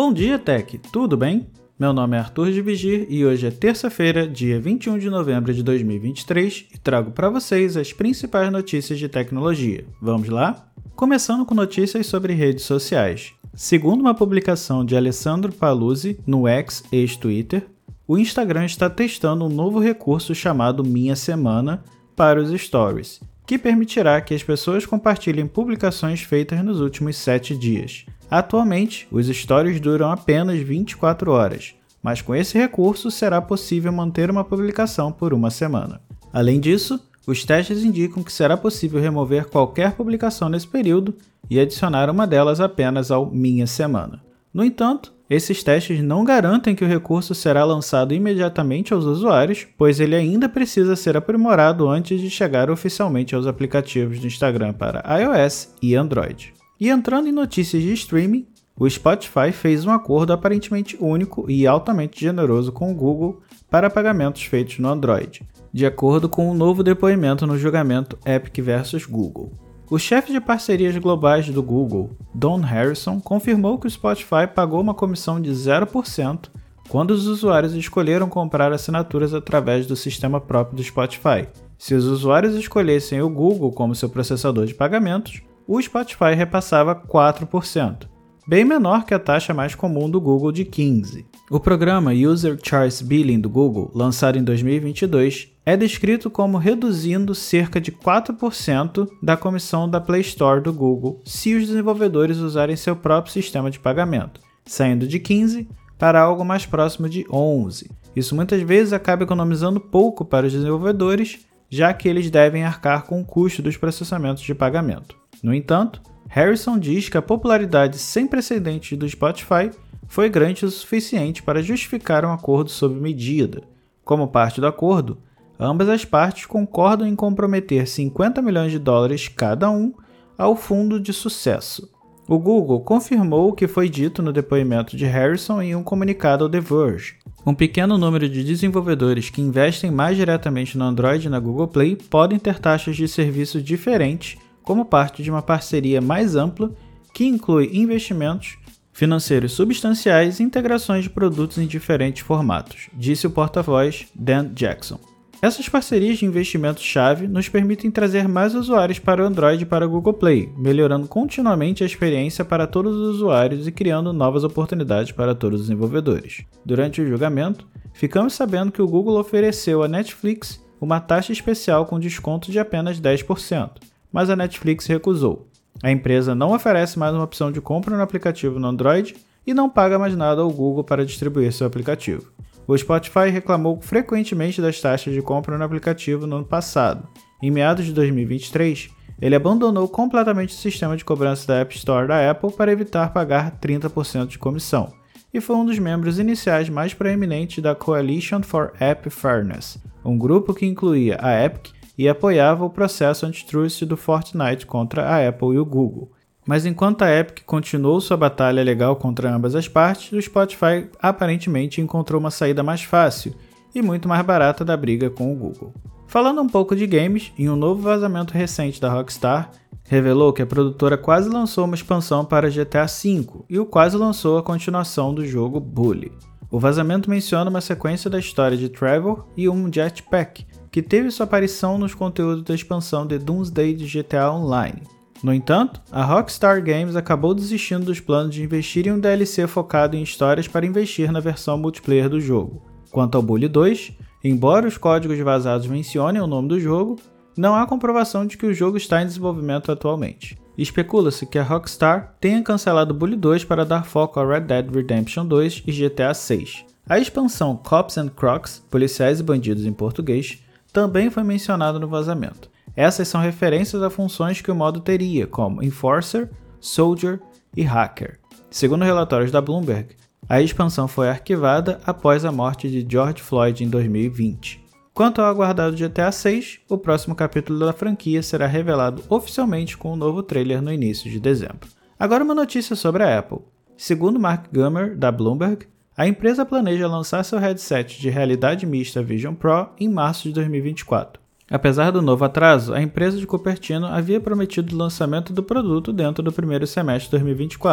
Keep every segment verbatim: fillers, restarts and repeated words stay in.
Bom dia, Tech! Tudo bem? Meu nome é Arthur de Vigir e hoje é terça-feira, dia vinte e um de novembro de dois mil e vinte e três e trago para vocês as principais notícias de tecnologia. Vamos lá? Começando com notícias sobre redes sociais. Segundo uma publicação de Alessandro Paluzzi no X, ex-Twitter, o Instagram está testando um novo recurso chamado Minha Semana para os Stories, que permitirá que as pessoas compartilhem publicações feitas nos últimos sete dias. Atualmente, os Stories duram apenas vinte e quatro horas, mas com esse recurso será possível manter uma publicação por uma semana. Além disso, os testes indicam que será possível remover qualquer publicação nesse período e adicionar uma delas apenas ao Minha Semana. No entanto, esses testes não garantem que o recurso será lançado imediatamente aos usuários, pois ele ainda precisa ser aprimorado antes de chegar oficialmente aos aplicativos do Instagram para iOS e Android. E entrando em notícias de streaming, o Spotify fez um acordo aparentemente único e altamente generoso com o Google para pagamentos feitos no Android, de acordo com um novo depoimento no julgamento Epic versus Google. O chefe de parcerias globais do Google, Don Harrison, confirmou que o Spotify pagou uma comissão de zero por cento quando os usuários escolheram comprar assinaturas através do sistema próprio do Spotify. Se os usuários escolhessem o Google como seu processador de pagamentos, o Spotify repassava quatro por cento, bem menor que a taxa mais comum do Google de quinze por cento. O programa User Choice Billing do Google, lançado em dois mil e vinte e dois, é descrito como reduzindo cerca de quatro por cento da comissão da Play Store do Google se os desenvolvedores usarem seu próprio sistema de pagamento, saindo de quinze por cento para algo mais próximo de onze por cento. Isso muitas vezes acaba economizando pouco para os desenvolvedores, já que eles devem arcar com o custo dos processamentos de pagamento. No entanto, Harrison diz que a popularidade sem precedentes do Spotify foi grande o suficiente para justificar um acordo sob medida. Como parte do acordo, ambas as partes concordam em comprometer cinquenta milhões de dólares cada um ao fundo de sucesso. O Google confirmou o que foi dito no depoimento de Harrison em um comunicado ao The Verge. Um pequeno número de desenvolvedores que investem mais diretamente no Android e na Google Play podem ter taxas de serviço diferentes como parte de uma parceria mais ampla que inclui investimentos financeiros substanciais e integrações de produtos em diferentes formatos, disse o porta-voz Dan Jackson. Essas parcerias de investimento-chave nos permitem trazer mais usuários para o Android e para o Google Play, melhorando continuamente a experiência para todos os usuários e criando novas oportunidades para todos os desenvolvedores. Durante o julgamento, ficamos sabendo que o Google ofereceu à Netflix uma taxa especial com desconto de apenas dez por cento. Mas a Netflix recusou. A empresa não oferece mais uma opção de compra no aplicativo no Android e não paga mais nada ao Google para distribuir seu aplicativo. O Spotify reclamou frequentemente das taxas de compra no aplicativo no ano passado. Em meados de dois mil e vinte e três, ele abandonou completamente o sistema de cobrança da App Store da Apple para evitar pagar trinta por cento de comissão, e foi um dos membros iniciais mais proeminentes da Coalition for App Fairness, um grupo que incluía a Epic e apoiava o processo antitrust do Fortnite contra a Apple e o Google. Mas enquanto a Epic continuou sua batalha legal contra ambas as partes, o Spotify aparentemente encontrou uma saída mais fácil e muito mais barata da briga com o Google. Falando um pouco de games, em um novo vazamento recente da Rockstar, revelou que a produtora quase lançou uma expansão para G T A cinco e o quase lançou a continuação do jogo Bully. O vazamento menciona uma sequência da história de Trevor e um jetpack, que teve sua aparição nos conteúdos da expansão de Doomsday de G T A Online. No entanto, a Rockstar Games acabou desistindo dos planos de investir em um D L C focado em histórias para investir na versão multiplayer do jogo. Quanto ao Bully dois, embora os códigos vazados mencionem o nome do jogo, não há comprovação de que o jogo está em desenvolvimento atualmente. Especula-se que a Rockstar tenha cancelado Bully dois para dar foco a Red Dead Redemption dois e G T A seis. A expansão Cops and Crocs, Policiais e Bandidos em português, também foi mencionado no vazamento. Essas são referências a funções que o modo teria, como Enforcer, Soldier e Hacker. Segundo relatórios da Bloomberg, a expansão foi arquivada após a morte de George Floyd em dois mil e vinte. Quanto ao aguardado G T A seis, o próximo capítulo da franquia será revelado oficialmente com um novo trailer no início de dezembro. Agora uma notícia sobre a Apple. Segundo Mark Gurman, da Bloomberg, a empresa planeja lançar seu headset de realidade mista Vision Pro em março de dois mil e vinte e quatro. Apesar do novo atraso, a empresa de Cupertino havia prometido o lançamento do produto dentro do primeiro semestre de dois mil e vinte e quatro,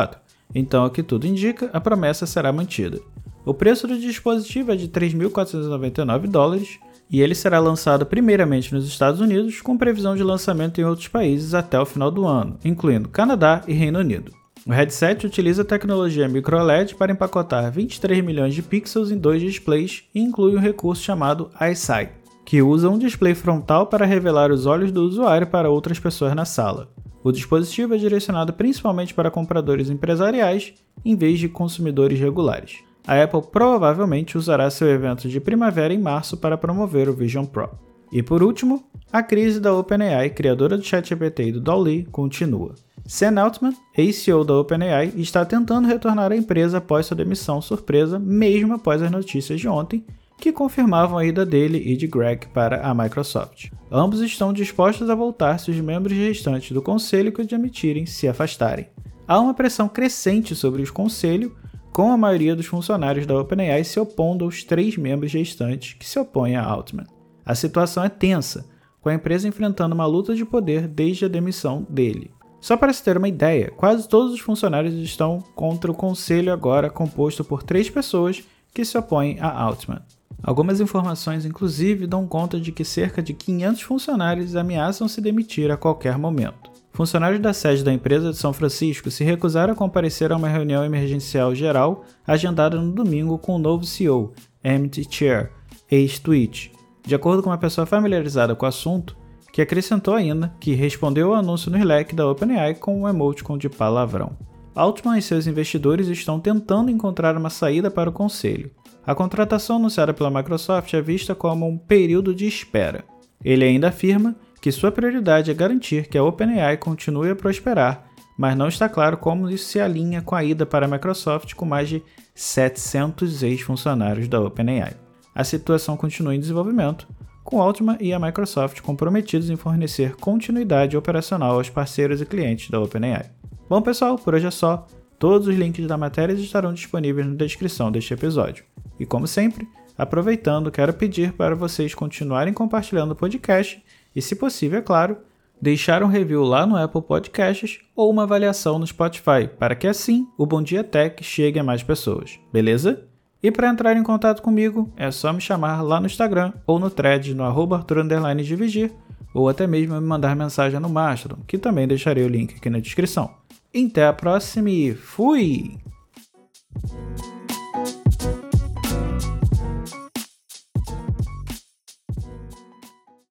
Então, ao que tudo indica, a promessa será mantida. O preço do dispositivo é de três mil quatrocentos e noventa e nove dólares e ele será lançado primeiramente nos Estados Unidos, com previsão de lançamento em outros países até o final do ano, incluindo Canadá e Reino Unido. O headset utiliza a tecnologia microLED para empacotar vinte e três milhões de pixels em dois displays e inclui um recurso chamado EyeSight, que usa um display frontal para revelar os olhos do usuário para outras pessoas na sala. O dispositivo é direcionado principalmente para compradores empresariais, em vez de consumidores regulares. A Apple provavelmente usará seu evento de primavera em março para promover o Vision Pro. E por último, a crise da OpenAI, criadora do ChatGPT e do DALL-E, continua. Sam Altman, ex-C E O da OpenAI, está tentando retornar à empresa após sua demissão surpresa, mesmo após as notícias de ontem, que confirmavam a ida dele e de Greg para a Microsoft. Ambos estão dispostos a voltar se os membros restantes do conselho que o admitirem se afastarem. Há uma pressão crescente sobre o conselho, com a maioria dos funcionários da OpenAI se opondo aos três membros restantes que se opõem a Altman. A situação é tensa, com a empresa enfrentando uma luta de poder desde a demissão dele. Só para se ter uma ideia, quase todos os funcionários estão contra o conselho agora composto por três pessoas que se opõem a Altman. Algumas informações inclusive dão conta de que cerca de quinhentos funcionários ameaçam se demitir a qualquer momento. Funcionários da sede da empresa de São Francisco se recusaram a comparecer a uma reunião emergencial geral agendada no domingo com o novo C E O, Emmett Shear, ex-Twitch. De acordo com uma pessoa familiarizada com o assunto, que acrescentou ainda que respondeu ao anúncio no Slack da OpenAI com um emoticon de palavrão. Altman e seus investidores estão tentando encontrar uma saída para o conselho. A contratação anunciada pela Microsoft é vista como um período de espera. Ele ainda afirma que sua prioridade é garantir que a OpenAI continue a prosperar, mas não está claro como isso se alinha com a ida para a Microsoft com mais de setecentos ex-funcionários da OpenAI. A situação continua em desenvolvimento, com Altman e a Microsoft comprometidos em fornecer continuidade operacional aos parceiros e clientes da OpenAI. Bom pessoal, por hoje é só. Todos os links da matéria estarão disponíveis na descrição deste episódio. E como sempre, aproveitando, quero pedir para vocês continuarem compartilhando o podcast e, se possível, é claro, deixar um review lá no Apple Podcasts ou uma avaliação no Spotify, para que assim o Bom Dia Tech chegue a mais pessoas, beleza? E para entrar em contato comigo, é só me chamar lá no Instagram ou no thread no arroba arthur underline dividir, ou até mesmo me mandar mensagem no Mastodon, que também deixarei o link aqui na descrição. Até a próxima e fui!